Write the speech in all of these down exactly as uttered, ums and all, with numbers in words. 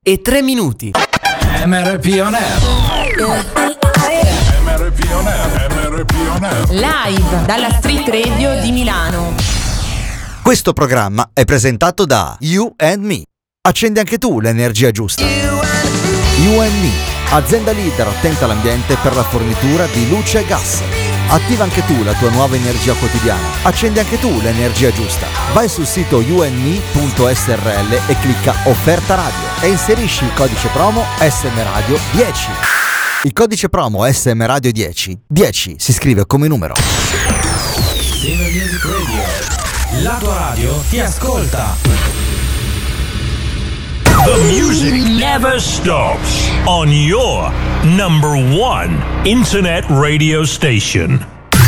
e tre minuti. M R P On Air. M R P On Air. M R P On Air. Live dalla Street Radio di Milano. Questo programma è presentato da You and Me. Accendi anche tu l'energia giusta. You and Me, azienda leader attenta all'ambiente per la fornitura di luce e gas. Attiva anche tu la tua nuova energia quotidiana. Accendi anche tu l'energia giusta. Vai sul sito you and me punto s r l e clicca offerta radio e inserisci il codice promo S M Radio dieci. Il codice promo S M Radio dieci. dieci si scrive come numero. Silver Music Radio. La tua radio ti ascolta. The music never stops on your number one internet radio station.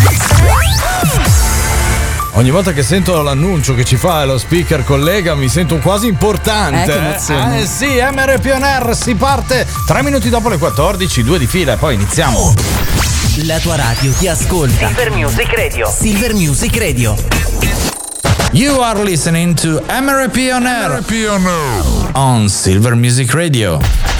Ogni volta che sento l'annuncio che ci fa lo speaker collega mi sento quasi importante. Eh, che emozione. Eh sì, M R P On Air si parte tre minuti dopo le quattordici, due di fila e poi iniziamo. La tua radio ti ascolta. Silver Music Radio. Silver Music Radio. You are listening to M R P On Air, M R P On Air on Silver Music Radio.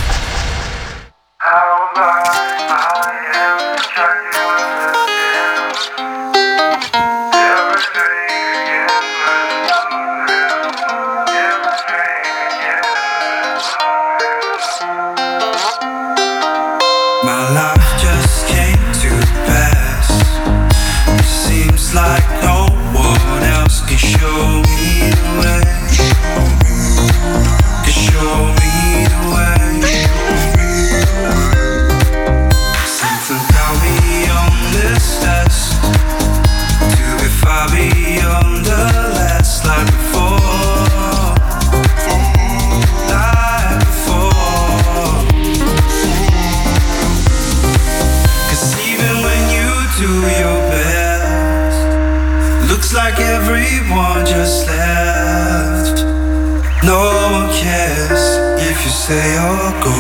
Say or go.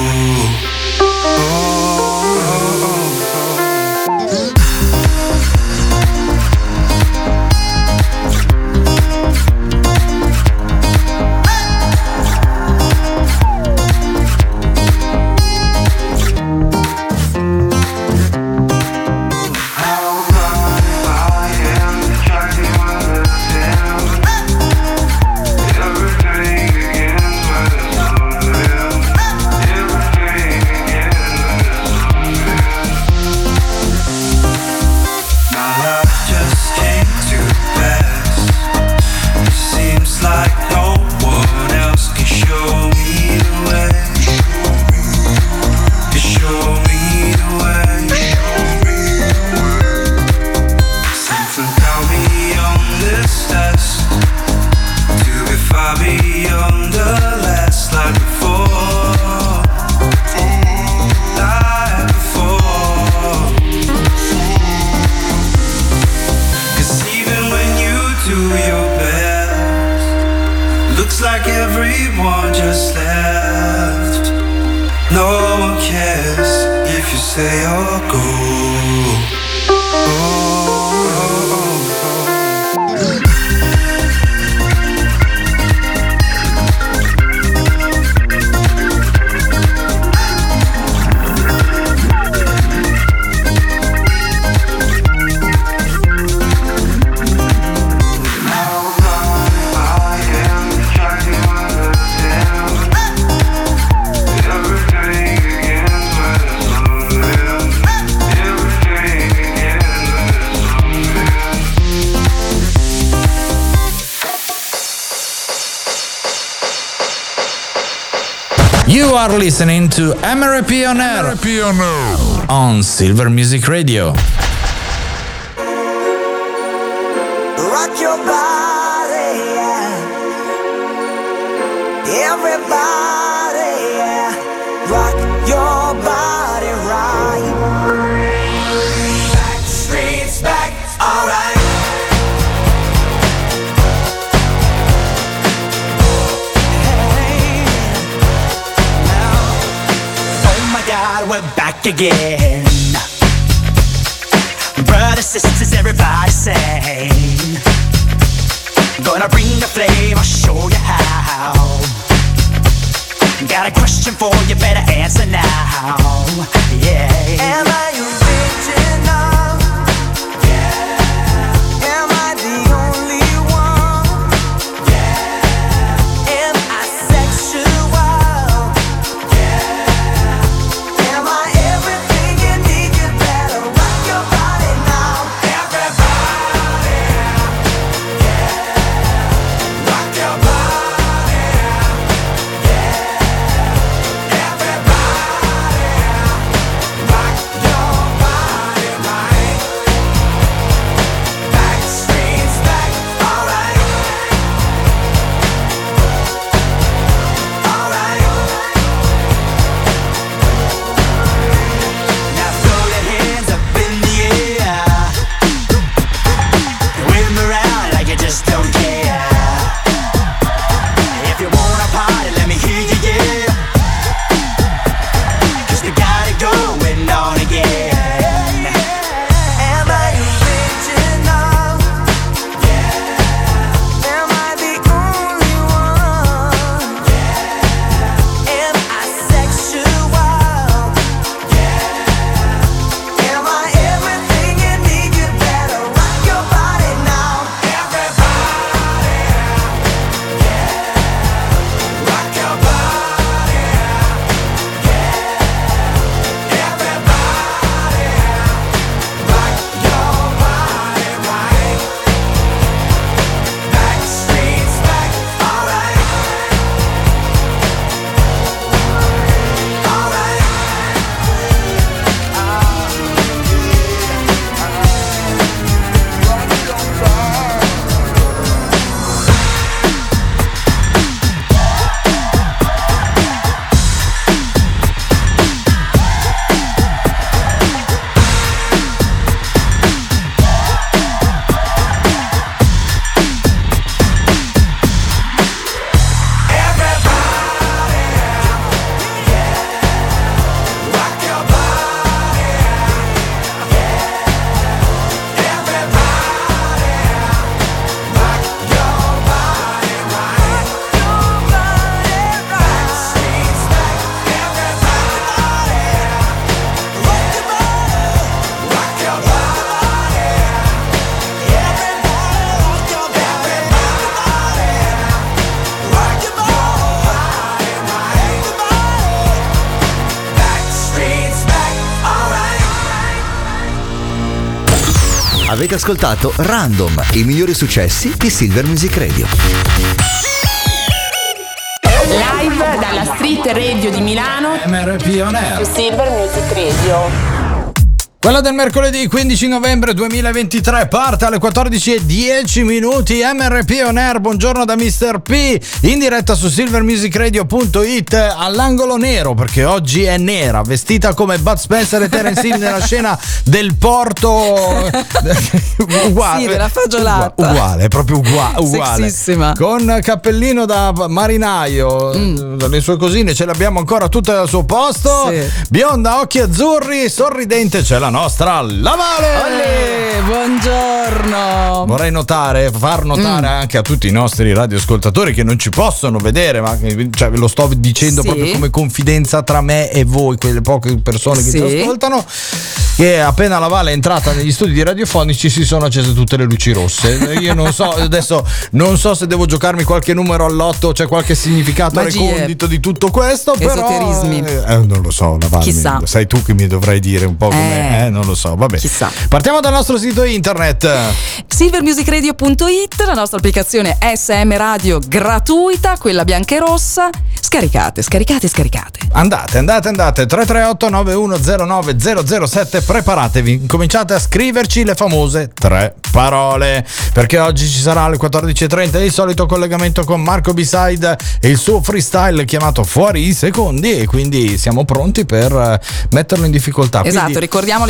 You are listening to M R P On Air, M R P On Air on Silver Music Radio. Rock your body, yeah. Everybody, yeah. Rock your body right. Back streets back, alright. We're back again. Brothers, sisters, everybody sing. Gonna bring the flame, I'll show you how. Got a question for you, better answer now. Yeah. Am I original? Yeah. Am I the only one? Yeah. Am I sexual? Yeah. Am I everything you need? You better rock your body now. Everybody, yeah. Rock your body, yeah. Avete ascoltato Random, i migliori successi di Silver Music Radio. Live dalla Street Radio di Milano. M R P On Air. Su Silver Music Radio. Quella del mercoledì quindici novembre duemilaventitré parte alle quattordici e dieci minuti. M R P On Air, buongiorno da mister P, in diretta su silver music radio punto it, all'angolo nero, perché oggi è nera, vestita come Bud Spencer e Terence Hill nella scena del porto. Uguale, sì, della fagiolata. Uguale, uguale, proprio uguale, uguale. Sexissima. Con cappellino da marinaio, mm. le sue cosine ce le abbiamo ancora tutte al suo posto. Sì. Bionda, occhi azzurri, sorridente, c'è la nostra La Vale. Olè, buongiorno. Vorrei notare, far notare mm. anche a tutti i nostri radioascoltatori che non ci possono vedere, ma cioè, ve lo sto dicendo sì. proprio come confidenza tra me e voi, quelle poche persone che sì. ci ascoltano, che appena La Vale è entrata negli studi radiofonici si sono accese tutte le luci rosse. Io non so, adesso non so se devo giocarmi qualche numero all'otto, c'è qualche significato Magie. recondito di tutto questo, esoterismi. Però eh, non lo so, La Vale, chissà, sai tu che mi dovrai dire un po' com'è. Eh. Eh, non lo so, vabbè. Chissà. Partiamo dal nostro sito internet silver music radio punto it, la nostra applicazione S M Radio gratuita, quella bianca e rossa. Scaricate, scaricate, scaricate. Andate, andate, andate. tre tre otto nove uno zero nove zero zero sette. Preparatevi, cominciate a scriverci le famose tre parole, perché oggi ci sarà alle quattordici e trenta il solito collegamento con Marco B-Side e il suo freestyle chiamato Fuori i secondi, e quindi siamo pronti per metterlo in difficoltà. Esatto, quindi... ricordiamo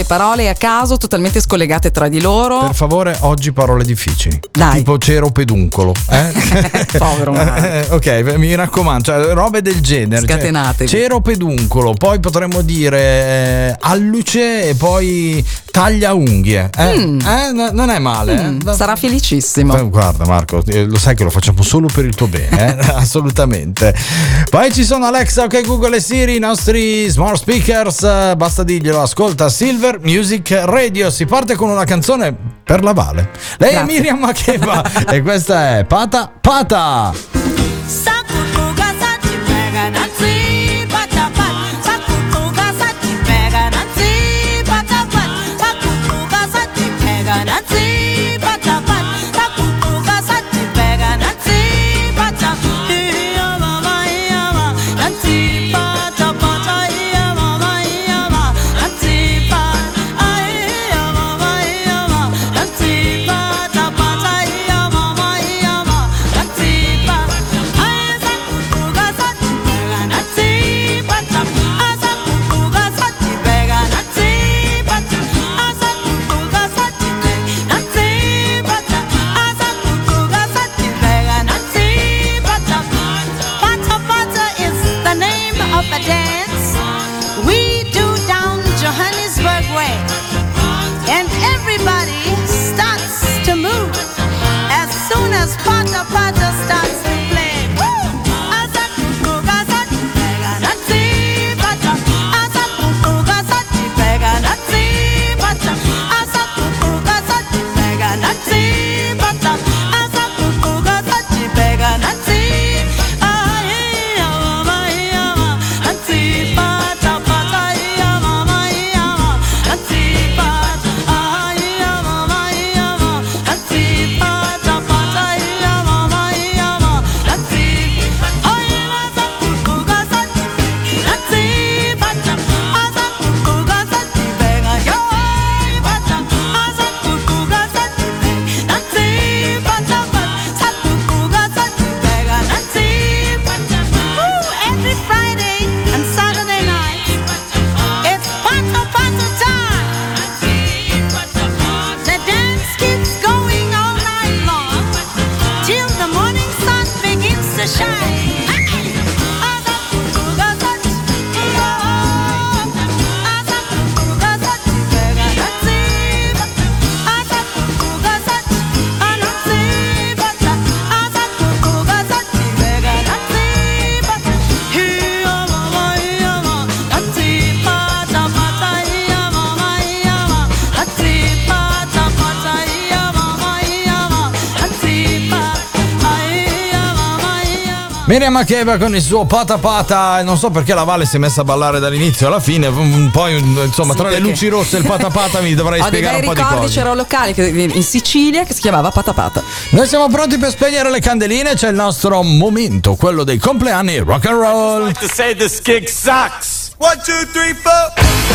le parole a caso, totalmente scollegate tra di loro. Per favore, oggi parole difficili. Dai. Tipo cero peduncolo. Eh? Povero Eh, ok, mi raccomando, cioè, robe del genere. Scatenatevi. Cioè, cero peduncolo, poi potremmo dire eh, alluce e poi taglia unghie. Eh? Mm. Eh? No- non è male. eh? Mm, sarà felicissimo. Eh, Guarda Marco, eh, lo sai che lo facciamo solo per il tuo bene, eh? Assolutamente. Poi ci sono Alexa, ok, Google e Siri, i nostri smart speakers, eh, basta dirglielo, ascolta Silver Music Radio, si parte con una canzone per la Vale. Lei Grazie. è Miriam Makeba e questa è Pata Pata. Sakutuga sachi pega nazi patapat. Sakutuga sachi pega nazi patapat. Sakutuga sachi pega nazi patapat. Sakutuga sachi pega nazi patapat. Iya mama iya mama nazi patapat. Iya mama iya mama nazi pat. Iya mama iya mama nazi patapat. Iya mama iya mama nazi pat. Pata pata starts to play. Woo! Asakutuga sachi pega nazi pata. Asakutuga sachi pega nazi pata. Asakutuga sachi pega nazi pata. Asakutuga sachi pega nazi. Ai ya mama ya mama nazi pata pata ya mama ya mama nazi pata. Ai ya mama ya mama nazi pata pata. Every Friday and Saturday night, it's Pata Pata time. The dance keeps going all night long till the morning sun begins to shine. Miriam Makeba con il suo Pata Pata. Non so perché la Vale si è messa a ballare dall'inizio alla fine. Poi, insomma, Sì, tra le perché- luci rosse e il Pata Pata mi dovrai Ho dei spiegare bei un po' di ricordi, cose. c'era un locale che- in Sicilia che si chiamava Pata Pata. Noi siamo pronti per spegnere le candeline. C'è il nostro momento, quello dei compleanni rock and roll. To say this gig sucks. One, two, three, four.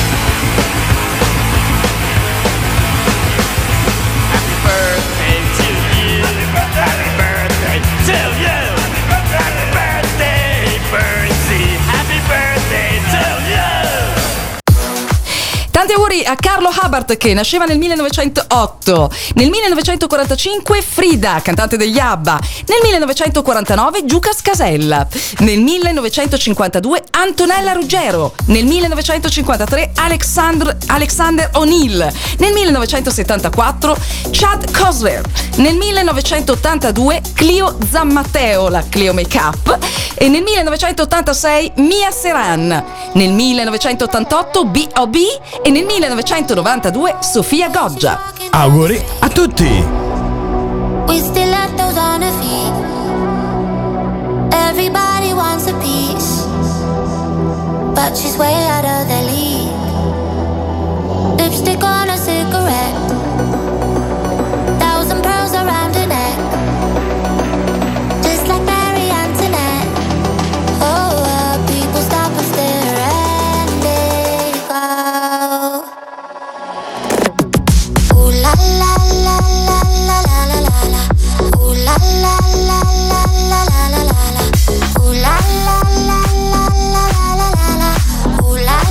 Happy birthday to you. Happy birthday to you. Happy birthday, Bernsey. Happy birthday to you. Tanti auguri a Carlo Hubbard che nasceva nel millenovecentootto. Nel millenovecentoquarantacinque Frida, cantante degli ABBA. Nel millenovecentoquarantanove Giuca Scasella. Nel millenovecentocinquantadue Antonella Ruggero. Nel millenovecentocinquantatré Alexander, Alexander O'Neill. Nel millenovecentosettantaquattro Chad Cosler. Nel millenovecentottantadue Clio Zammatteo, la Clio Makeup. E nel millenovecentottantasei Mia Seran. Nel millenovecentottantotto B O B e nel millenovecentonovantadue Sofia Goggia. Auguri a tutti. We still have those on our feet. Everybody wants a piece, but she's way out of the league. Lipstick on a cigarette, thousand pearls around her neck, just like Mary Antoinette. Oh, uh, people stop and stare and they go. Ooh la la la la la la la la la. Ooh la la la la la la la la la. Ooh la la la la la la la la la. Ooh la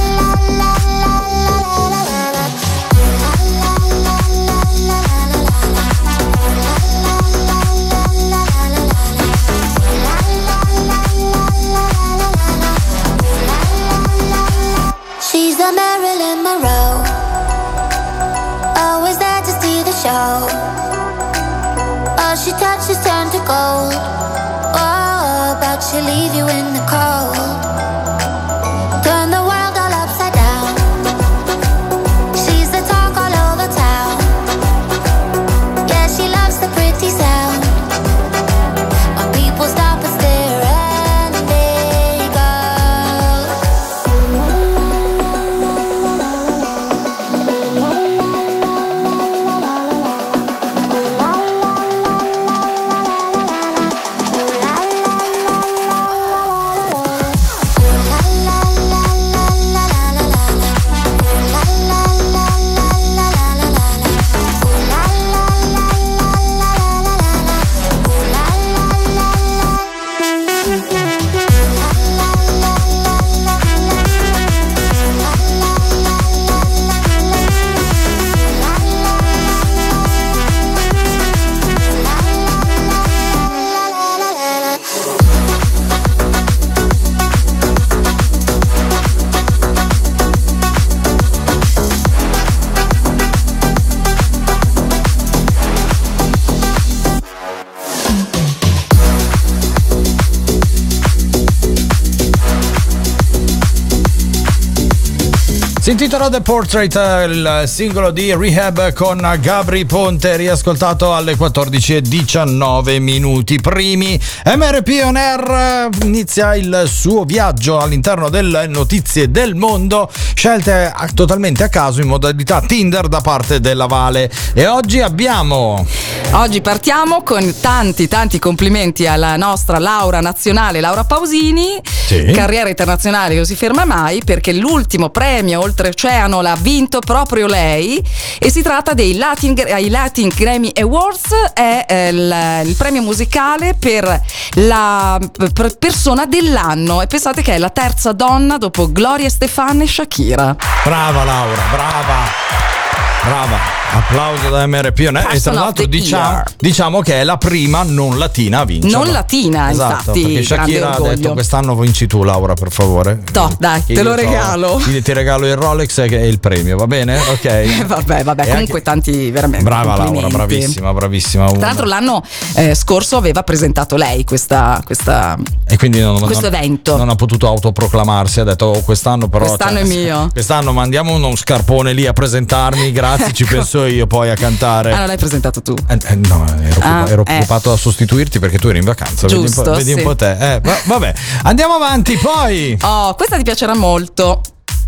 Si intitola The Portrait, il singolo di Rehab con Gabry Ponte, riascoltato alle quattordici e diciannove minuti primi. M R P On Air inizia il suo viaggio all'interno delle notizie del mondo, scelte totalmente a caso in modalità Tinder da parte della Vale. E oggi abbiamo... Oggi partiamo con tanti tanti complimenti alla nostra Laura nazionale, Laura Pausini. Sì. Carriera internazionale che non si ferma mai, perché l'ultimo premio oltreoceano l'ha vinto proprio lei, e si tratta dei Latin, ai Latin Grammy Awards. È eh, il, il premio musicale per la per persona dell'anno, e pensate che è la terza donna dopo Gloria Estefan e Shakira. Brava Laura, brava. Brava, applauso da M R P On Air. E tra l'altro diciamo, diciamo che è la prima non latina a vincere. Non latina, esatto, infatti. Perché Shakira ha detto: quest'anno vinci tu, Laura, per favore. To, dai, te lo regalo. Ti, ti regalo il Rolex e il premio, va bene? Ok. Eh, vabbè, vabbè, e comunque anche... tanti veramente. Brava Laura, bravissima, bravissima. Tra l'altro l'anno eh, scorso aveva presentato lei questa, questa e quindi non, questo non, evento. Non ha potuto autoproclamarsi, ha detto oh, quest'anno però quest'anno cioè, è mio. Quest'anno mandiamo uno scarpone lì a presentarmi, grazie, ecco. Ci penso io poi a cantare. Ah, non l'hai presentato tu? Eh, eh, no, ero, ah, ero eh. occupato a sostituirti perché tu eri in vacanza. Giusto, vedi un po', vedi sì. un po' te. Eh, va, vabbè, andiamo avanti poi. Oh, questa ti piacerà molto.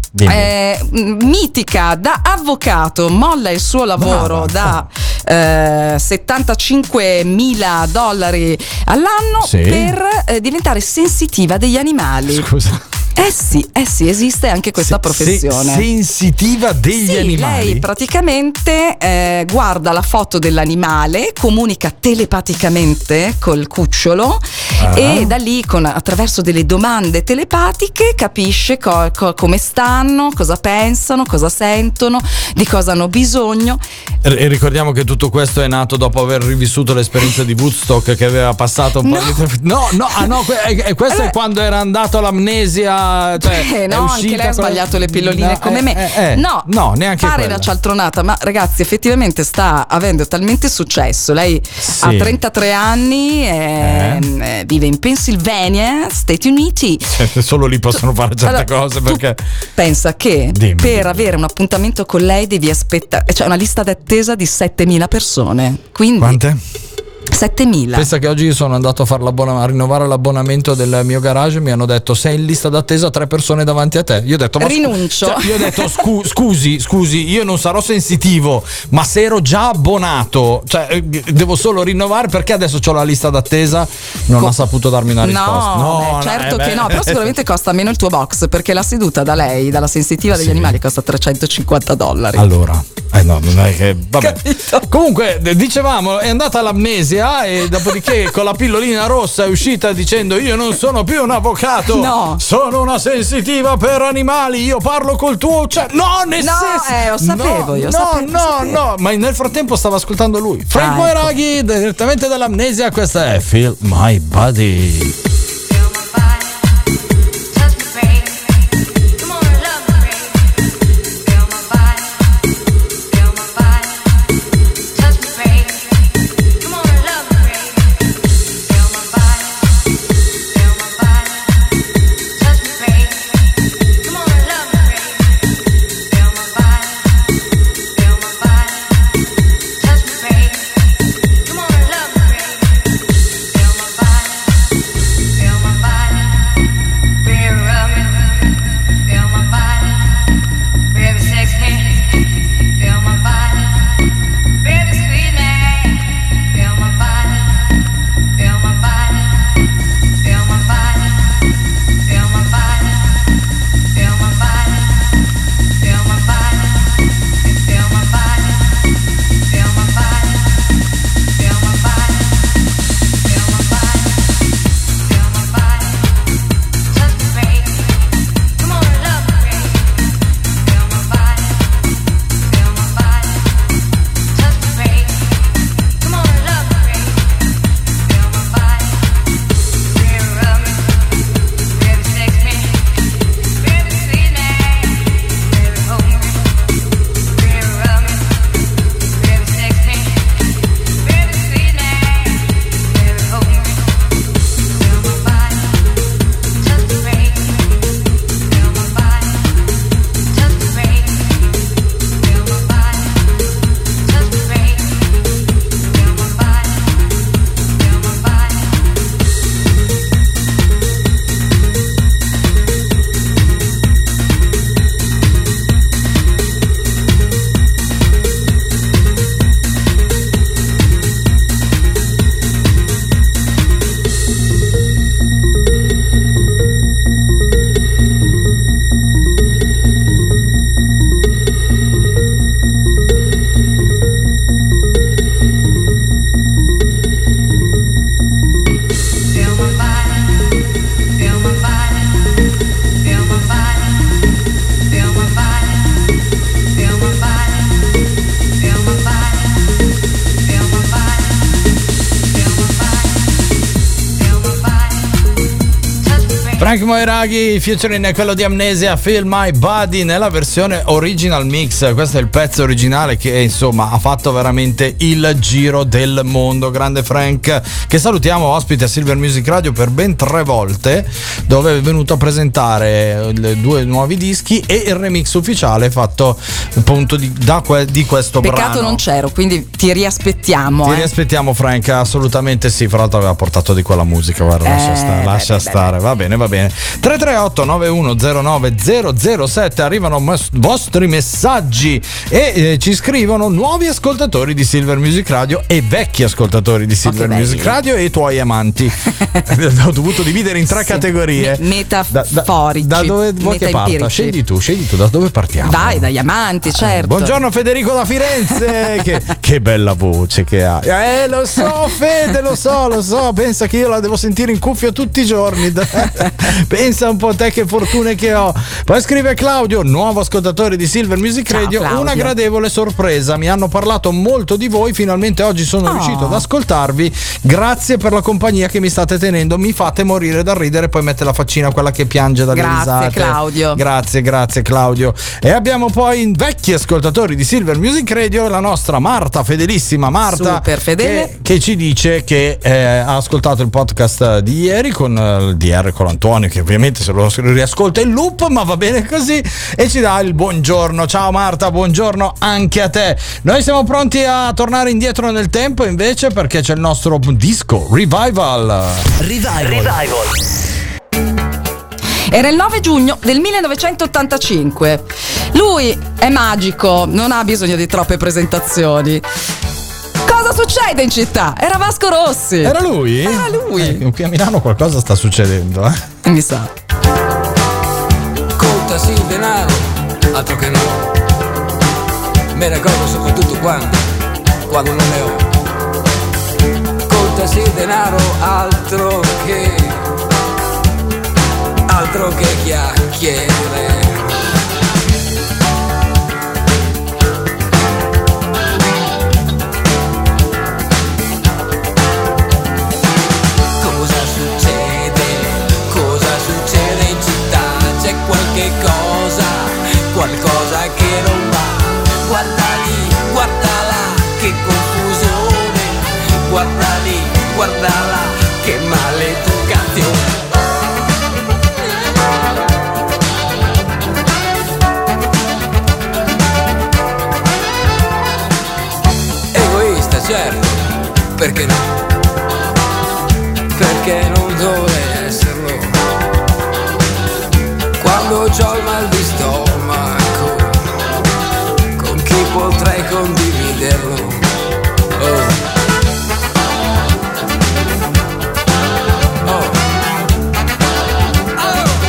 Eh, mitica, da avvocato molla il suo lavoro. Brava. Da eh, settantacinquemila dollari all'anno, sì. Per eh, diventare sensitiva degli animali. Scusa. Eh sì, eh sì, esiste anche questa se, professione. Se, sensitiva degli sì, animali. Lei praticamente eh, guarda la foto dell'animale, comunica telepaticamente col cucciolo, ah. E da lì con, attraverso delle domande telepatiche capisce co- co- come stanno, cosa pensano, cosa sentono, di cosa hanno bisogno. E ricordiamo che tutto questo è nato dopo aver rivissuto l'esperienza di Woodstock che aveva passato un no. po' di tempo. No, no, ah, no, que- questo allora, è quando era andato all'amnesia. Cioè, eh, no, anche lei ha sbagliato le pilloline no, come eh, me. Eh, eh, no, no, neanche fare quella. la cialtronata, ma ragazzi, effettivamente sta avendo talmente successo. Lei sì. ha trentatré anni, e, eh. vive in Pennsylvania, Stati Uniti. Cioè, solo lì possono fare certe allora, cose perché. Pensa che dimmi, per dimmi. avere un appuntamento con lei devi aspettare, c'è cioè una lista d'attesa di settemila persone. Quindi quante? settemila. Pensa che oggi io sono andato a, far a rinnovare l'abbonamento del mio garage e mi hanno detto sei in lista d'attesa, tre persone davanti a te. Io ho detto ma rinuncio. Scu- cioè, io ho detto scu- scusi, scusi, io non sarò sensitivo, ma se ero già abbonato, cioè devo solo rinnovare perché adesso ho la lista d'attesa. Non Co- ha saputo darmi una risposta. No, no beh, certo eh, che beh. no, però sicuramente costa meno il tuo box, perché la seduta da lei, dalla sensitiva degli sì. animali, costa trecentocinquanta dollari. Allora Eh no, non è che vabbè. Capito. Comunque dicevamo è andata all'amnesia e dopodiché con la pillolina rossa è uscita dicendo io non sono più un avvocato, no, sono una sensitiva per animali, io parlo col tuo cioè, no nel no, senso eh, lo sapevo no, io no sapevo, no sapevo. no ma nel frattempo stava ascoltando lui Frank ah, Moiraghi ecco. Direttamente dall'amnesia. Questa è Feel My Body. Frank Moiraghi featuring quello di Amnesia, Feel My Body nella versione original mix. Questo è il pezzo originale che insomma ha fatto veramente il giro del mondo. Grande Frank, che salutiamo, ospite a Silver Music Radio per ben tre volte, dove è venuto a presentare le due nuovi dischi e il remix ufficiale fatto appunto di, da que, di questo Peccato brano. non c'ero, quindi ti riaspettiamo. Ti eh. riaspettiamo Frank, assolutamente sì. Fra l'altro aveva portato di quella musica, guarda, lascia Eh, stare, lascia beh, stare. beh, va bene, va bene. tre tre otto nove uno zero nove zero zero sette, arrivano mos- vostri messaggi e eh, ci scrivono nuovi ascoltatori di Silver Music Radio e vecchi ascoltatori di Silver belli. Music Radio e i tuoi amanti. Ho dovuto dividere in tre Sì. categorie. Me- metaforici. Da, da dove vuoi che parta? Metaempirici. Scegli tu, scegli tu, da dove partiamo? Vai, dagli amanti, certo. Buongiorno Federico da Firenze. che, che bella voce che ha. Eh, lo so, Fede, lo so, lo so. Pensa che io la devo sentire in cuffia tutti i giorni. Pensa un po' te che fortune che ho. Poi scrive Claudio, nuovo ascoltatore di Silver Music Ciao, Radio. Claudio. Una gradevole sorpresa. Mi hanno parlato molto di voi. Finalmente oggi sono Oh. riuscito ad ascoltarvi. Grazie per la compagnia che mi state tenendo. Mi fate morire dal ridere. Poi mette la faccina quella che piange dalle Grazie, risate. Claudio. Grazie, grazie Claudio. E abbiamo poi vecchi ascoltatori di Silver Music Radio, la nostra Marta, fedelissima Marta, Super fedele. che, che ci dice che eh, ha ascoltato il podcast di ieri con eh, il D R con Antonio, che ovviamente se lo riascolta in loop, ma va bene così, e ci dà il buongiorno. Ciao Marta, buongiorno anche a te. Noi siamo pronti a tornare indietro nel tempo invece, perché c'è il nostro disco Revival. Revival. Revival. Era il nove giugno del millenovecentottantacinque. Lui è magico, non ha bisogno di troppe presentazioni. Cosa succede in città? Era Vasco Rossi. Era lui? Era lui. Eh, qui a Milano qualcosa sta succedendo, eh? Mi sa. Conta sì il denaro, altro che no. Me ne accorgo soprattutto quando, quando non ne ho. Conta sì il denaro, altro che, altro che chiacchiere. Cosa succede? Cosa succede in città? C'è qualche cosa, qualcosa che non va. Guarda lì, guarda là, che confusione. Guarda lì, guarda là, che maleducazione. Egoista, certo, perché no? Perché non dovrei esserlo. Quando c'ho il mal di stomaco, con chi potrei condividerlo? Oh. Oh. Oh.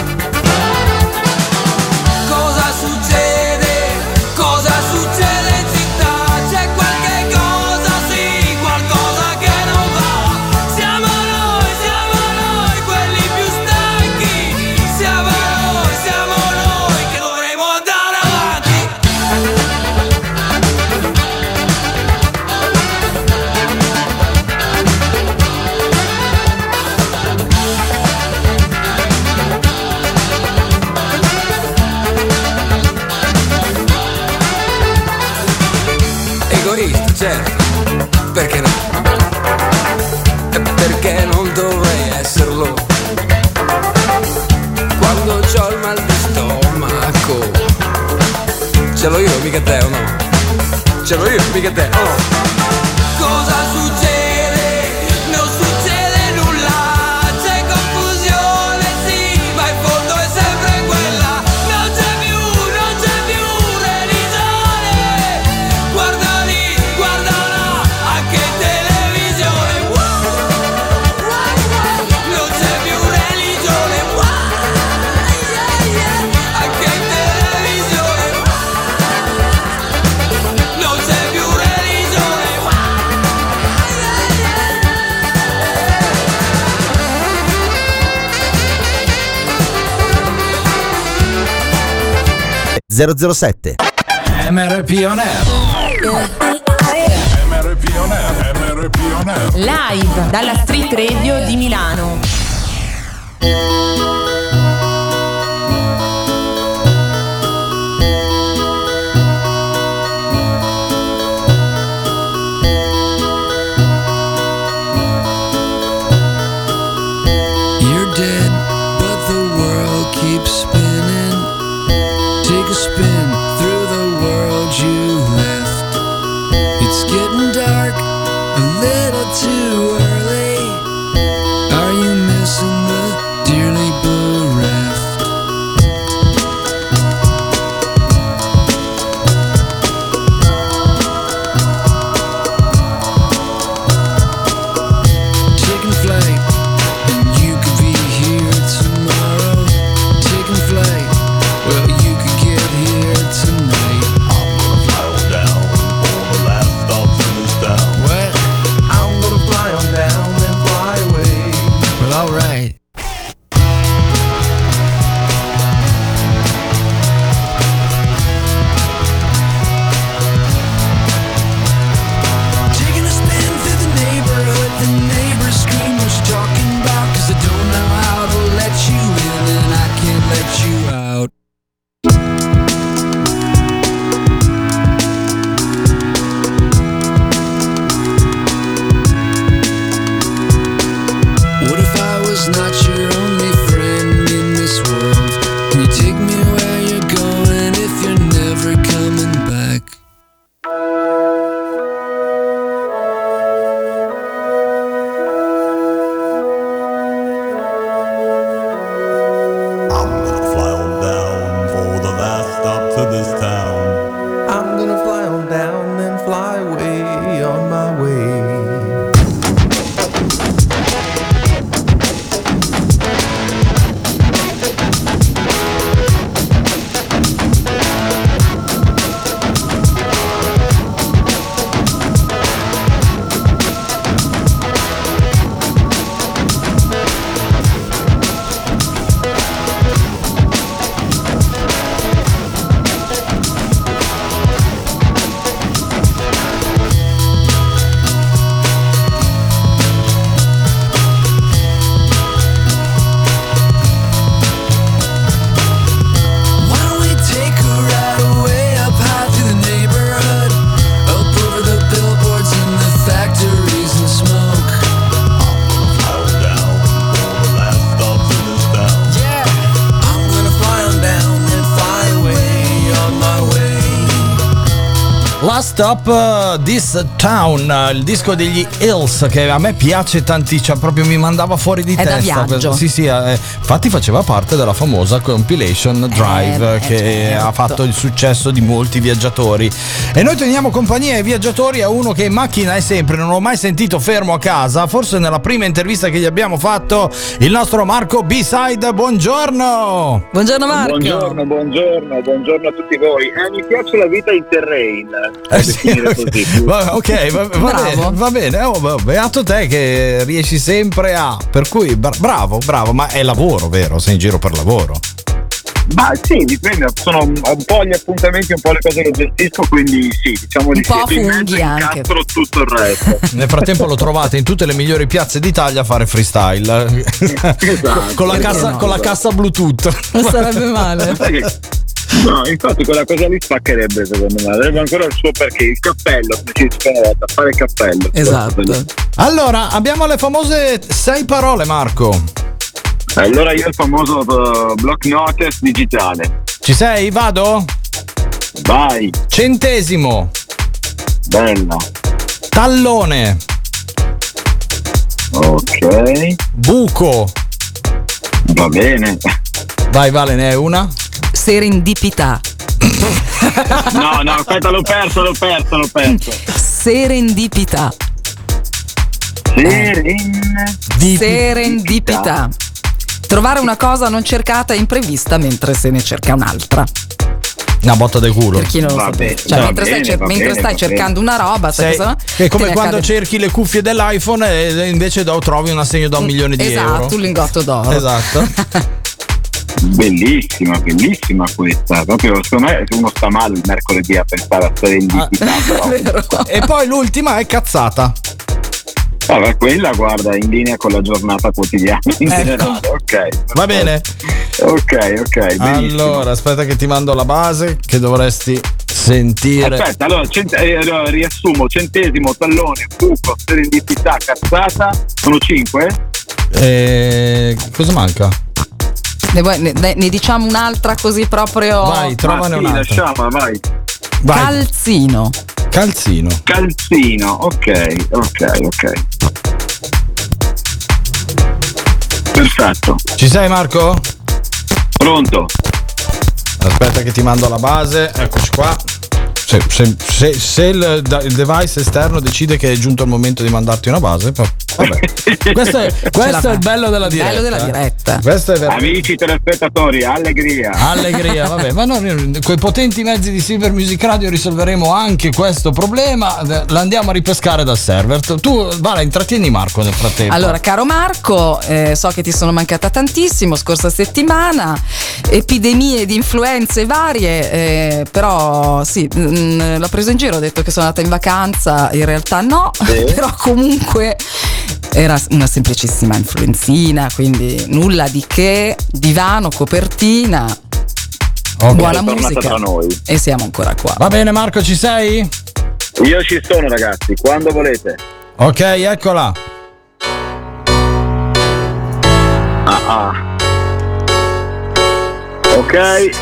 Cosa succede? Cosa succede in città? C'è qualche cosa, sì, qualcosa che non va. Siamo noi, siamo noi, quelli più stanchi. Siamo noi, siamo noi, che dovremo andare avanti. Egoista, certo, perché no? E perché non dovrei esserlo? Quando c'ho il mal di stomaco, ce l'ho io, mica te, o no? Ce l'ho io, mica te, o no? Cosa succede? Non succede nulla, c'è confusione, sì, ma in fondo è sempre quella. Non c'è più, non c'è più religione. Guarda lì, guarda là, anche in televisione. Non c'è più religione. Anche in televisione. Non c'è più religione. zero zero sette. M R P On Air. M R P On Air, M R P On Air. Live dalla Street Radio di Milano. You're dead, but the world keeps spinning. Take a spin through the world you left. It's getting dark, a little too early. Are you missing the dearly bereft? Taking flight, and you could be here tomorrow. Taking flight, well, you could get here tonight. I'm gonna fly on down for the last stop in this town. What? I'm gonna fly on down and fly away. Well, alright. Taking a spin through the neighborhood, the neighbors scream what you talking about, 'cause I don't know how to let you in and I can't let you out. What if I was not your only friend in this world? Can you take me where you're going if you're never coming back? I'm gonna fly on down for the last stop to this town. I'm gonna fly on down and fly away on my way. Why don't we take a ride away up high through the neighborhood, up over the billboards and the factories and smoke? Fly on down for the last stop to this town. Yeah, I'm gonna fly on down and fly away on my way. Last Stop uh, This Town, uh, il disco degli Hills che a me piace tantissimo, proprio mi mandava fuori di È da testa. viaggio. Sì, sì, eh, infatti faceva parte della famosa compilation Drive Eh, che certo. ha fatto il successo di molti viaggiatori. E noi teniamo compagnia ai viaggiatori, a uno che in macchina è sempre, non ho mai sentito fermo a casa, forse nella prima intervista che gli abbiamo fatto, il nostro Marco B-Side. Buongiorno! Buongiorno Marco. Buongiorno, buongiorno, buongiorno a tutti voi. Eh, mi piace la vita interrail. Eh sì, ok, va, ok, va, va Bravo. bene, va bene. Oh, beh, beato te che riesci sempre a. Per cui bra- bravo, bravo, ma è lavoro, vero? Sei in giro per lavoro. Ma sì, dipende, sono un po' gli appuntamenti, un po' le cose che gestisco, quindi sì, diciamo di Un po' sì. In mezzo funghi anche. incastro tutto il resto. Nel frattempo lo trovate in tutte le migliori piazze d'Italia a fare freestyle. Esatto. con, la Perché cassa, no? con la cassa Bluetooth. Non sarebbe male. Sai che- No, infatti quella cosa lì spaccherebbe secondo me, avrebbe ancora il suo perché, il cappello, come ci dice una volta, fare il cappello. Esatto. Allora, abbiamo le famose sei parole, Marco. Allora io il famoso uh, block notice digitale. Ci sei? Vado? Vai, Centesimo. bella. Tallone. Ok, Buco. va bene. Vai, Vale, ne è una? Serendipità. No, no, aspetta, l'ho perso, l'ho perso, l'ho perso. Serendipità. Seren... Serendipità. Trovare una cosa non cercata e imprevista mentre se ne cerca un'altra. Una botta del culo. Per chi non lo Va sapesse. bene, Cioè, va mentre bene, stai, cer- va mentre bene, stai va cercando una roba, sai Sei- cosa? è come te ne quando accade- cerchi le cuffie dell'iPhone e invece do- trovi un assegno da un milione di esatto, euro. un lingotto d'oro. Esatto. Bellissima, bellissima questa. Proprio secondo me uno sta male il mercoledì a pensare a serendipità. Ah. Però. Vero. E poi l'ultima è cazzata. Vabbè, quella guarda in linea con la giornata quotidiana in Ecco. generale, ok. Va bene? Ok, ok, benissimo. Allora, aspetta che ti mando la base che dovresti sentire. Aspetta, allora, cent- eh, allora, riassumo: centesimo, tallone, buco, serendipità, cazzata, sono cinque? Eh, cosa manca? Ne, vuoi- ne- ne diciamo un'altra così proprio. Vai, trovane Ma sì, un'altra. lasciamo, vai. Vai. Calzino. Calzino. Calzino, ok, ok, ok. Perfetto. Ci sei, Marco? Pronto? Aspetta che ti mando la base, eccoci qua. Se, se- se- se il, da- il device esterno decide che è giunto il momento di mandarti una base, poi- vabbè. Questo è, questo è il bello della Il diretta. bello della diretta. Questo è veramente Amici telespettatori, allegria. allegria, vabbè, ma noi con i potenti mezzi di Silver Music Radio risolveremo anche questo problema. La andiamo a ripescare dal server. Tu, Vale, intrattieni Marco nel frattempo. Allora, caro Marco, eh, so che ti sono mancata tantissimo scorsa settimana, epidemie di influenze varie, eh, però sì, mh, l'ho preso in giro, ho detto che sono andata in vacanza, in realtà no, Sì. però comunque era una semplicissima influenzina, quindi nulla di che, divano, copertina, Ok. buona È tornata musica tra noi. e siamo ancora qua. Va bene, Marco, ci sei? Io ci sono, ragazzi, quando volete. Ok, eccola. Ah ah. Ok.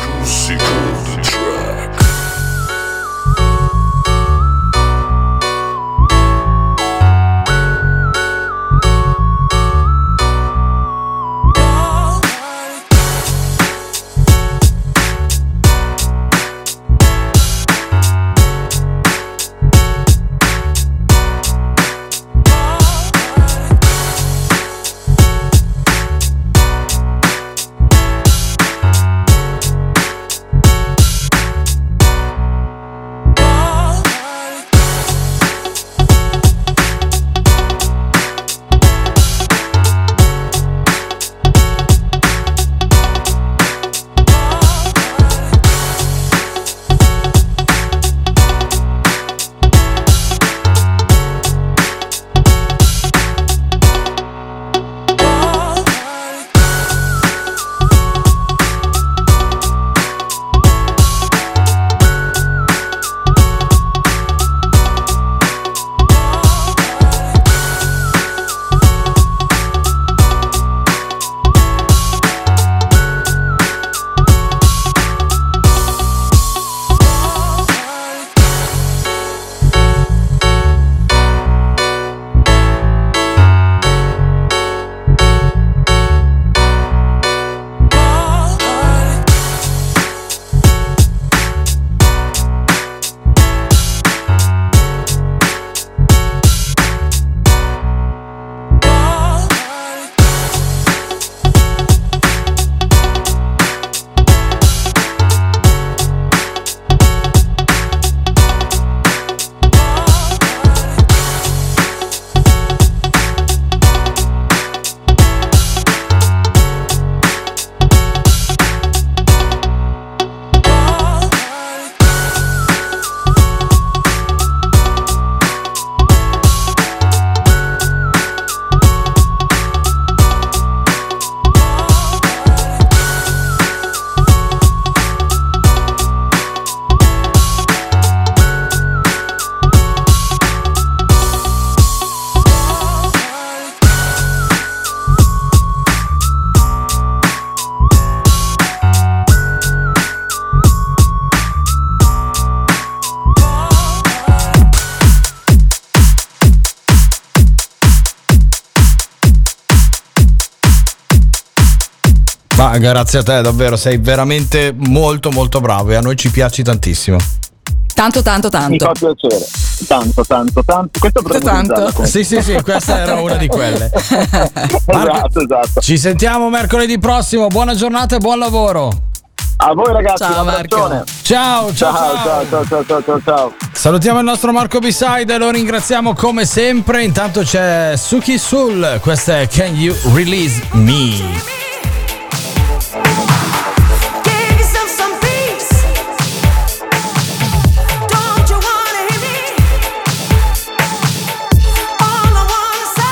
Ma grazie a te, davvero, sei veramente molto molto bravo e a noi ci piaci tantissimo. Tanto, tanto, tanto. Mi fa piacere. Tanto, tanto, tanto. Questo potremmo Tanto. utilizzarlo come- Sì, sì, sì, questa era una di quelle. Esatto, esatto. Ci sentiamo mercoledì prossimo, buona giornata e buon lavoro. A voi ragazzi, Ciao, un abbraccione. Marco. Ciao, ciao, Ciao, ciao. ciao, ciao, ciao, ciao, ciao, ciao. Salutiamo il nostro Marco B-Side e lo ringraziamo come sempre. Intanto c'è Suki Soul, questa è Can You Release Me? Give yourself some peace. Don't you wanna hear me? All I wanna say.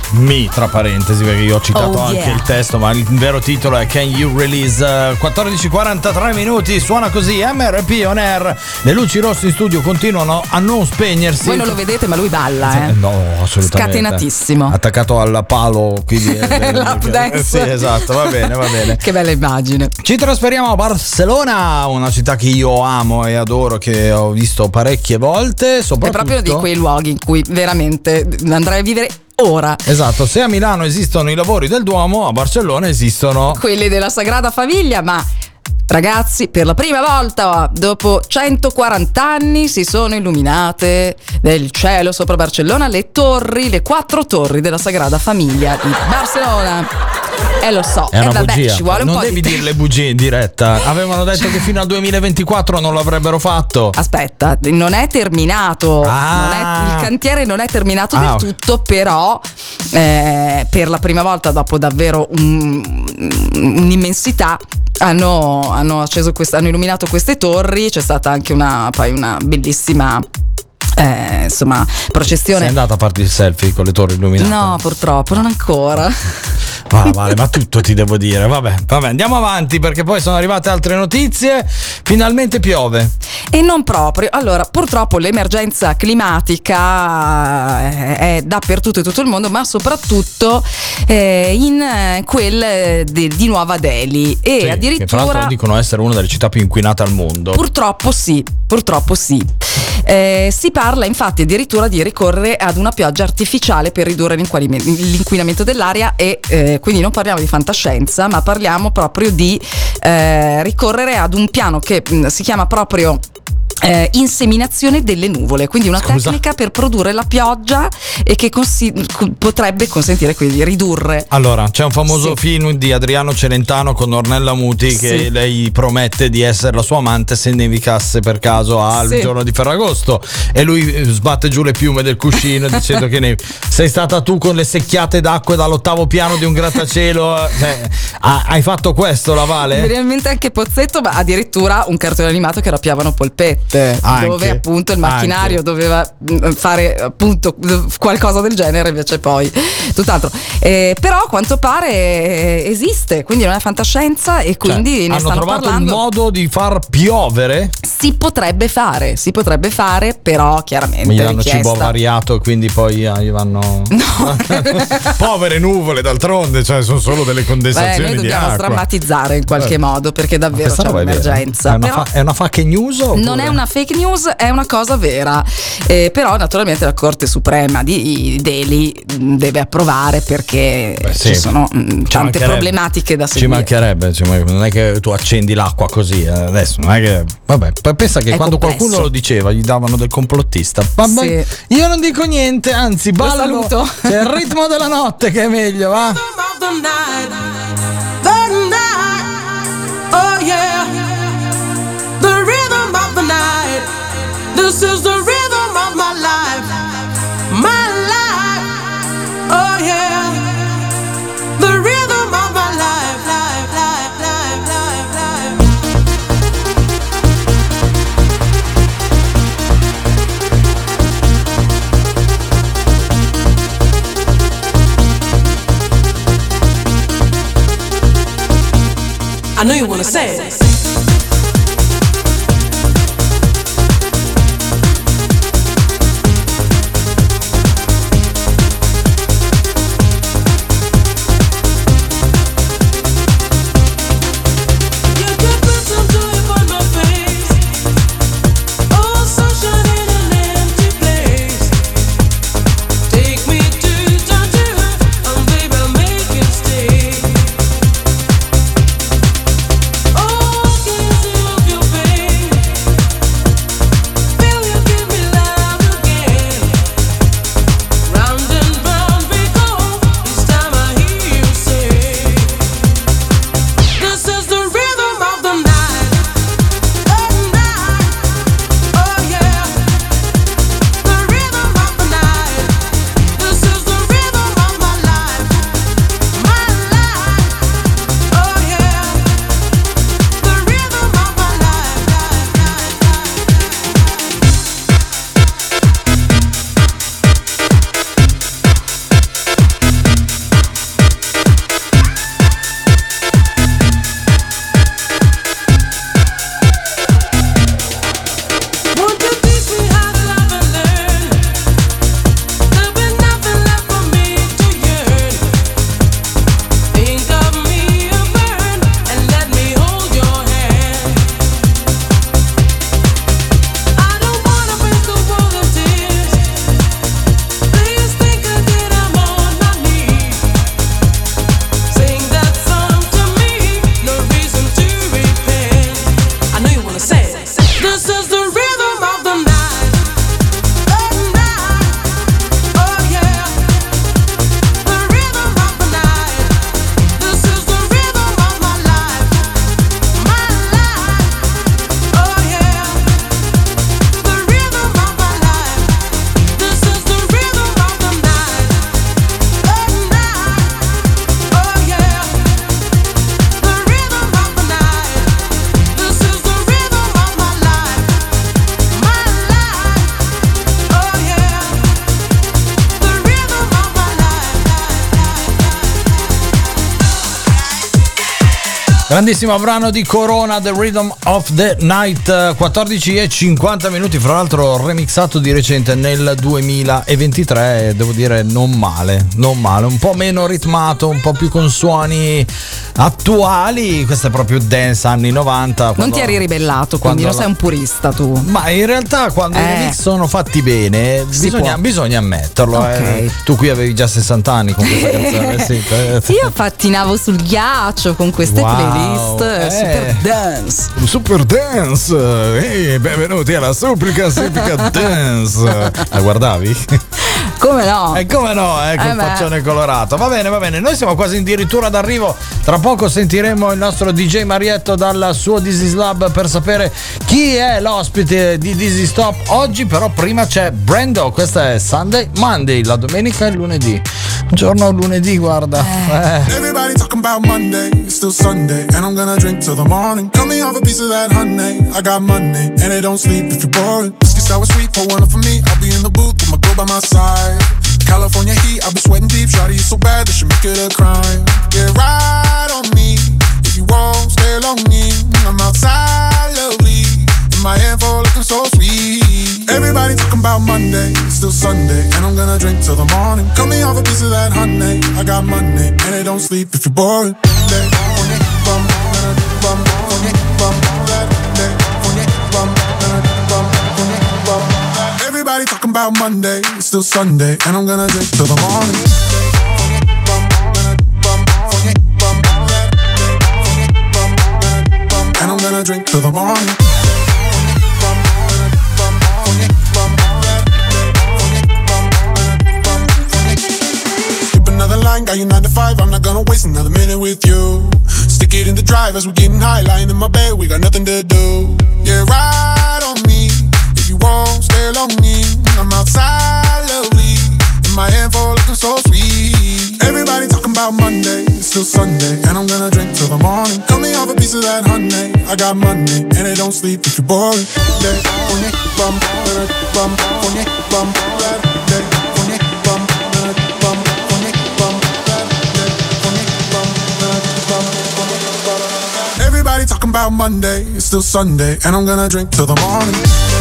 Me, tra parentesi, perché io ho citato Oh, anche yeah. il testo, ma il vero titolo è Can You Release. quattordici e quarantatré minuti, suona così M R P On Air. Le luci rosse in studio continuano a non spegnersi. Voi non lo vedete, ma lui balla, eh. No, assolutamente. Scatenatissimo. Attaccato al palo, quindi Lap dance. Sì, esatto, va bene, va bene. Che bella immagine. Ci trasferiamo a Barcellona, una città che io amo e adoro, che ho visto parecchie volte, È soprattutto proprio di quei luoghi in cui veramente andrei a vivere ora. Esatto, se a Milano esistono i lavori del Duomo, a Barcellona esistono Quelli della Sagrada Famiglia, ma ragazzi, per la prima volta dopo centoquaranta anni si sono illuminate nel cielo sopra Barcellona le torri, le quattro torri della Sagrada Famiglia di Barcellona. Eh lo so, È una eh, vabbè, bugia. ci vuole un non po' devi di dire le bugie in diretta. Avevano detto che fino al duemilaventiquattro non l'avrebbero fatto. Aspetta, non è terminato. Ah. Non è- il cantiere non è terminato Ah, del ok. tutto, però eh, per la prima volta dopo davvero un- un'immensità hanno, hanno acceso quest- hanno illuminato queste torri. C'è stata anche una, poi una bellissima eh, insomma processione. Sei andata a farti il selfie con le torri illuminate? No, purtroppo, non ancora. Ah, vale, ma tutto ti devo dire. Vabbè, vabbè, andiamo avanti perché poi sono arrivate altre notizie. Finalmente piove. E non proprio. Allora, purtroppo l'emergenza climatica è, è dappertutto in tutto il mondo, ma soprattutto eh, in eh, quel eh, di, di Nuova Delhi. E Sì, che tra addirittura. l'altro dicono essere una delle città più inquinate al mondo. Purtroppo sì, purtroppo sì. Eh, si parla infatti addirittura di ricorrere ad una pioggia artificiale per ridurre l'inquiname- l'inquinamento dell'aria e eh, quindi non parliamo di fantascienza, ma parliamo proprio di eh, ricorrere ad un piano che mh, si chiama proprio Eh, inseminazione delle nuvole, quindi una Scusa? tecnica per produrre la pioggia e che consi- co- potrebbe consentire quindi di ridurre. Allora, c'è un famoso Sì. film di Adriano Celentano con Ornella Muti che Sì. lei promette di essere la sua amante se nevicasse per caso al Sì. giorno di Ferragosto e lui eh, sbatte giù le piume del cuscino dicendo che ne- sei stata tu con le secchiate d'acqua dall'ottavo piano di un grattacielo, eh, cioè, ha- hai fatto questo, la Mi Vale? viene in mente anche Pozzetto, ma addirittura un cartone animato che era Piavano Polpette, Anche, dove appunto il macchinario anche. doveva mh, fare appunto qualcosa del genere, invece poi tutt'altro. Eh, però a quanto pare eh, esiste, quindi non è fantascienza e quindi Cioè, ne hanno stanno trovato parlando. il modo di far piovere. Si potrebbe fare, si potrebbe fare, però chiaramente Gli danno richiesta. cibo avariato e quindi poi ah, gli vanno povere nuvole, d'altronde, cioè sono solo delle Beh, condensazioni noi di dobbiamo acqua. strammatizzare in qualche Eh. modo, perché davvero Questa c'è roba è vera? un'emergenza. È una, Però- fa- è una fake news? Non oppure- è una fake news, è una cosa vera. Eh, però naturalmente la Corte Suprema di Delhi mh, deve approvare perché Beh, sì. ci sono mh, Ci tante mancherebbe. problematiche da Ci seguire. mancherebbe, ci man- non è che tu accendi l'acqua così, eh, adesso non è che. Vabbè, poi pensa che È quando complesso. qualcuno lo diceva gli davano del complottista. Vabbè, Sì. io non dico niente, anzi, Lo ballo. saluto. C'è il ritmo della notte che è meglio, va? The night, the night, oh yeah, the rhythm of the night. This is the rhythm of my life, my life, oh yeah, the rhythm of my life, life, life, life, life, life. I know you wanna say it. Oh Grandissimo brano di Corona, The Rhythm of the Night, quattordici e cinquanta minuti, fra l'altro remixato di recente nel duemilaventitré, devo dire non male, non male, un po' meno ritmato, un po' più con suoni attuali, questo è proprio dance anni novanta. Non quando, ti eri ribellato, quindi non la... sei un purista tu. Ma in realtà quando eh. i remix sono fatti bene bisogna, bisogna ammetterlo. Okay. Eh. Tu qui avevi già sessanta anni con questa canzone. Sì, io pattinavo sul ghiaccio con queste wow. playlist eh. super dance. Super dance, ehi, benvenuti alla Supplica Supplica Dance. La guardavi? Come no? E eh, come no, eh, col eh faccione colorato. Va bene, va bene, noi siamo quasi addirittura d'arrivo. Tra poco sentiremo il nostro D J Marietto dal suo Dizzy Lab per sapere chi è l'ospite di Dizzy Stop oggi, però prima c'è Brando, questa è Sunday Monday, la domenica e il lunedì. Un giorno lunedì, guarda. Eh. Everybody talking about Monday, it's still Sunday, and I'm gonna drink till the morning. Cut me off a piece of that honey, I got money, and they don't sleep if you're boring. Whiskey sour sweet, pour one up for me, I'll be in the booth with my girl by my side. California heat, I've been sweating deep, shawty, you so bad, that should make it a crime. Yeah, ride on me, if you won't stay long in, I'm outside lovely, in my hand for looking so sweet. Everybody talking about Monday, it's still Sunday, and I'm gonna drink till the morning. Cut me off a piece of that honey, I got money, and they don't sleep if you're bored. Everybody talking about Monday, it's still Sunday, and I'm gonna drink till the morning. And I'm gonna drink till the morning. Skip another line, got you nine to five, I'm not gonna waste another minute with you. Stick it in the drive as we're getting high, lying in my bed, we got nothing to do. Yeah, ride on me, if you won't stay long in, I'm outside lovely, in my hand for looking so sweet. Everybody talking about Monday, it's still Sunday, and I'm gonna drink till the morning. Cut me off a piece of that honey, I got money, and they don't sleep if you're bored. Everybody talking about Monday, it's still Sunday, and I'm gonna drink till the morning.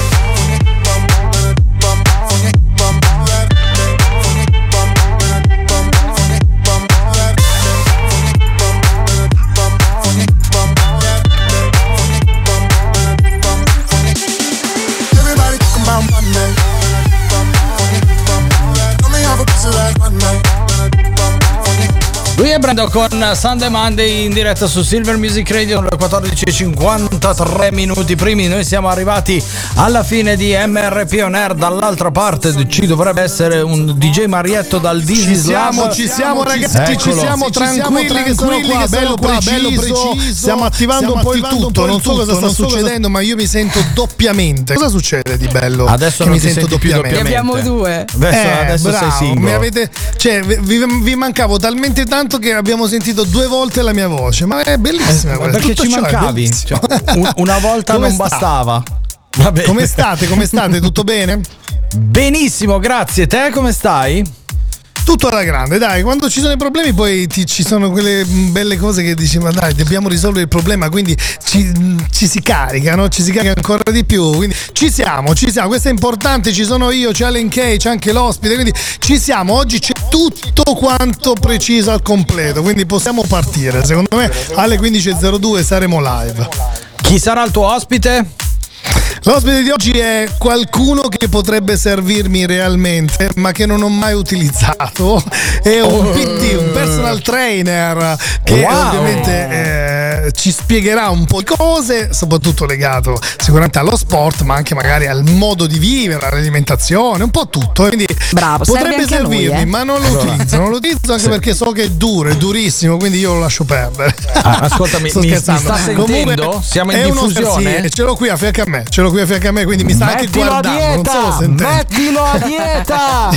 Lui è Brando con Sunday Monday in diretta su Silver Music Radio alle quattordici e cinquantatré minuti primi. Noi siamo arrivati alla fine di M R P On Air. Dall'altra parte ci dovrebbe essere un D J Marietto dal Dizzy Lab. Ci siamo ragazzi, Eccolo. ci siamo tranquilli che sono qua, che bello, sono qua preciso. bello preciso. Stiamo attivando stiamo un po' il tutto. tutto. Non so cosa sta succedendo, ma io mi sento doppiamente. Cosa succede di bello? Adesso che non mi ti sento doppiamente. Ne abbiamo due. Adesso, eh, adesso bravo, sei singolo. Mi avete, cioè, vi, vi mancavo talmente tanto che abbiamo sentito due volte la mia voce, ma è bellissima eh, questa. Perché Tutto ci mancavi, cioè, un, una volta non sta? bastava. Vabbè. Come state? Come state? Tutto bene? Benissimo, grazie. Te come stai? Tutto alla grande, dai, quando ci sono i problemi poi ti, ci sono quelle belle cose che dici ma dai dobbiamo risolvere il problema, quindi ci, ci si carica, no? Ci si carica ancora di più, quindi ci siamo, ci siamo, questo è importante, ci sono io, c'è Allen Kay, c'è anche l'ospite, quindi ci siamo, oggi c'è tutto quanto preciso al completo, quindi possiamo partire, secondo me alle quindici e zero due saremo live. Chi sarà il tuo ospite? L'ospite di oggi è qualcuno che potrebbe servirmi realmente, ma che non ho mai utilizzato. È un P T, un personal trainer che wow. ovviamente eh, ci spiegherà un po' di cose, soprattutto legato sicuramente allo sport, ma anche magari al modo di vivere, all'alimentazione, un po' tutto. Quindi Bravo, potrebbe servirmi, lui, eh? ma non lo allora. utilizzo, non lo utilizzo anche sì. perché so che è duro, è durissimo, quindi io lo lascio perdere. Ah, ascoltami, sto mi, scherzando. mi sta sentendo? Comunque, Siamo in è diffusione? Sì, ce l'ho qui a fianco a me, ce l'ho qui a fianco a me, quindi mi sta anche Mettilo guardando, a dieta, non solo sentendo. Mettilo a dieta.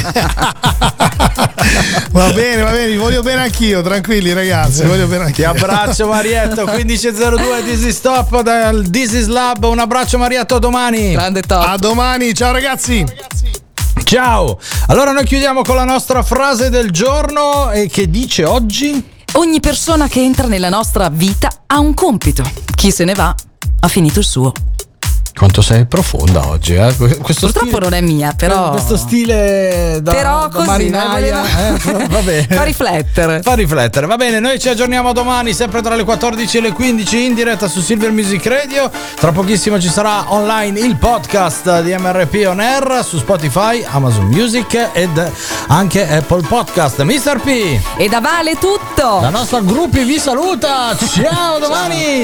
Va bene, va bene, vi voglio bene anch'io, tranquilli ragazzi, vi voglio bene anch'io. Ti abbraccio Marietto, quindici e zero due Dizzy Stop dal Dizzy Lab. Un abbraccio Marietto, a domani. Grande top. A domani, ciao ragazzi. Ciao. Allora noi chiudiamo con la nostra frase del giorno e che dice oggi? Ogni persona che entra nella nostra vita ha un compito. Chi se ne va ha finito il suo. Quanto sei profonda oggi, eh? Questo Purtroppo stile, non è mia, però. Questo stile da, però da così, marinaia, volevo... eh? Va bene. Fa riflettere. Fa riflettere, va bene. Noi ci aggiorniamo domani, sempre tra le quattordici e le quindici, in diretta su Silver Music Radio. Tra pochissimo ci sarà online il podcast di M R P On Air su Spotify, Amazon Music ed anche Apple Podcast. mister P e da Vale tutto. La nostra Gruppi vi saluta. Ciao, domani.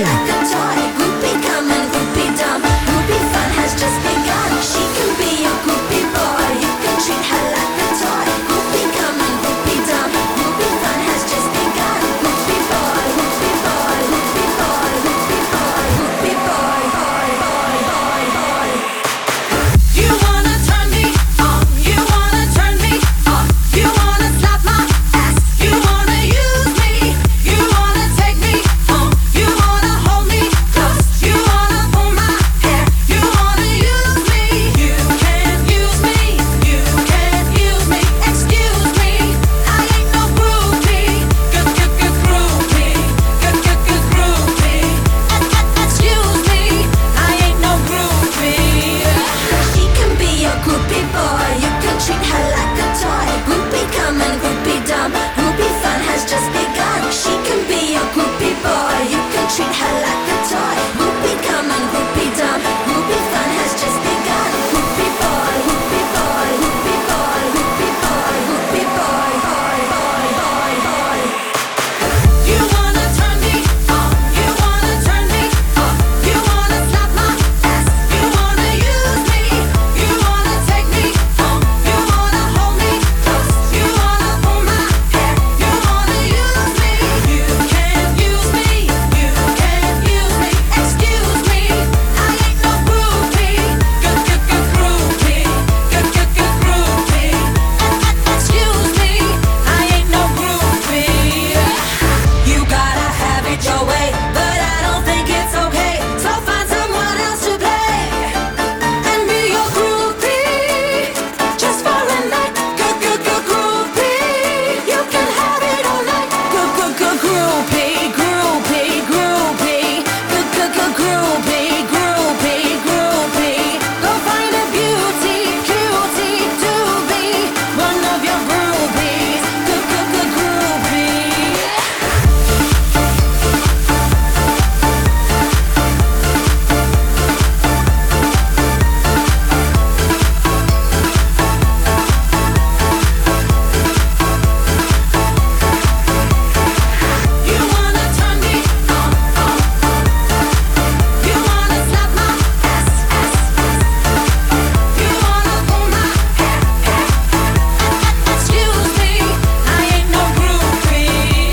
Just begun. She can be a groupie boy. You can treat her like a toy. Groupie come and groupie dumb. Groupie fun has just begun. Groupie boy, groupie boy, groupie boy, groupie boy, groupie boy, boy, boy, boy, boy. You wanna turn me on? You wanna turn me on? You wanna slap my ass? You wanna use me? You wanna take me home? You wanna hold me close? You wanna pull my hair? You wanna use me? You can't use me. You can't use me. Excuse me. I ain't no groupie. Good, good, good groupie. Good, good, good groupie. Excuse me. I ain't no groupie. She can be a groupie boy. You can treat her like a toy. Groupie come and groupie dumb. Groupie fun has just begun. She can be a groupie boy. You can treat her like a toy. Groupie come and groupie dumb. Groupie fun has just begun. Groupie boy, groupie boy, groupie boy, groupie boy, groupie boy, boy, boy, boy, boy. You wanna turn me on? You wanna turn me on? You wanna slap my ass? You wanna use me? You wanna take me home? You wanna hold me close? You wanna pull my hair? You wanna use me? You can't use me. You can't use me. Excuse me. I ain't no groupie. Good, good, good groupie. Good, good, good groupie. Excuse me. I ain't no groupie. You gotta have it your way, but I don't think it's okay. So find someone else to play and be your groupie just for a night. Good, good, good groupie. You can have it all night. Good, good, good groupie, groupie, groupie. Good, good, good groupie, groupie, groupie. Go find a beauty, cutie to be one of your groupies. Good, good, good groupie. You wanna turn me on, on, on. You wanna slap my ass, ass, ass. You wanna pull my hair, hair. Excuse me, I ain't no groupie.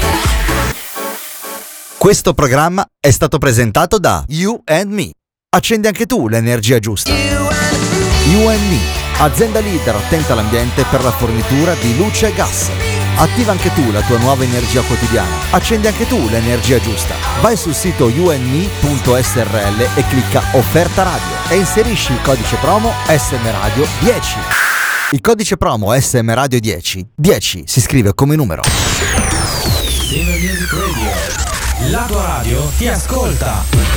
Questo programma è stato presentato da You and Me. Accendi anche tu l'energia giusta. You and Me, azienda leader attenta all'ambiente per la fornitura di luce e gas. Attiva anche tu la tua nuova energia quotidiana. Accendi anche tu l'energia giusta. Vai sul sito you and me punto s r l e clicca offerta radio e inserisci il codice promo S M Radio dieci. Il codice promo S M Radio dieci. dieci si scrive come numero. Silver Music Radio. La tua radio ti ascolta.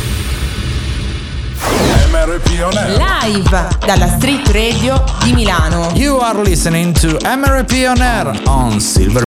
M R P On Air. Live dalla Street Radio di Milano. You are listening to M R P On Air on Silver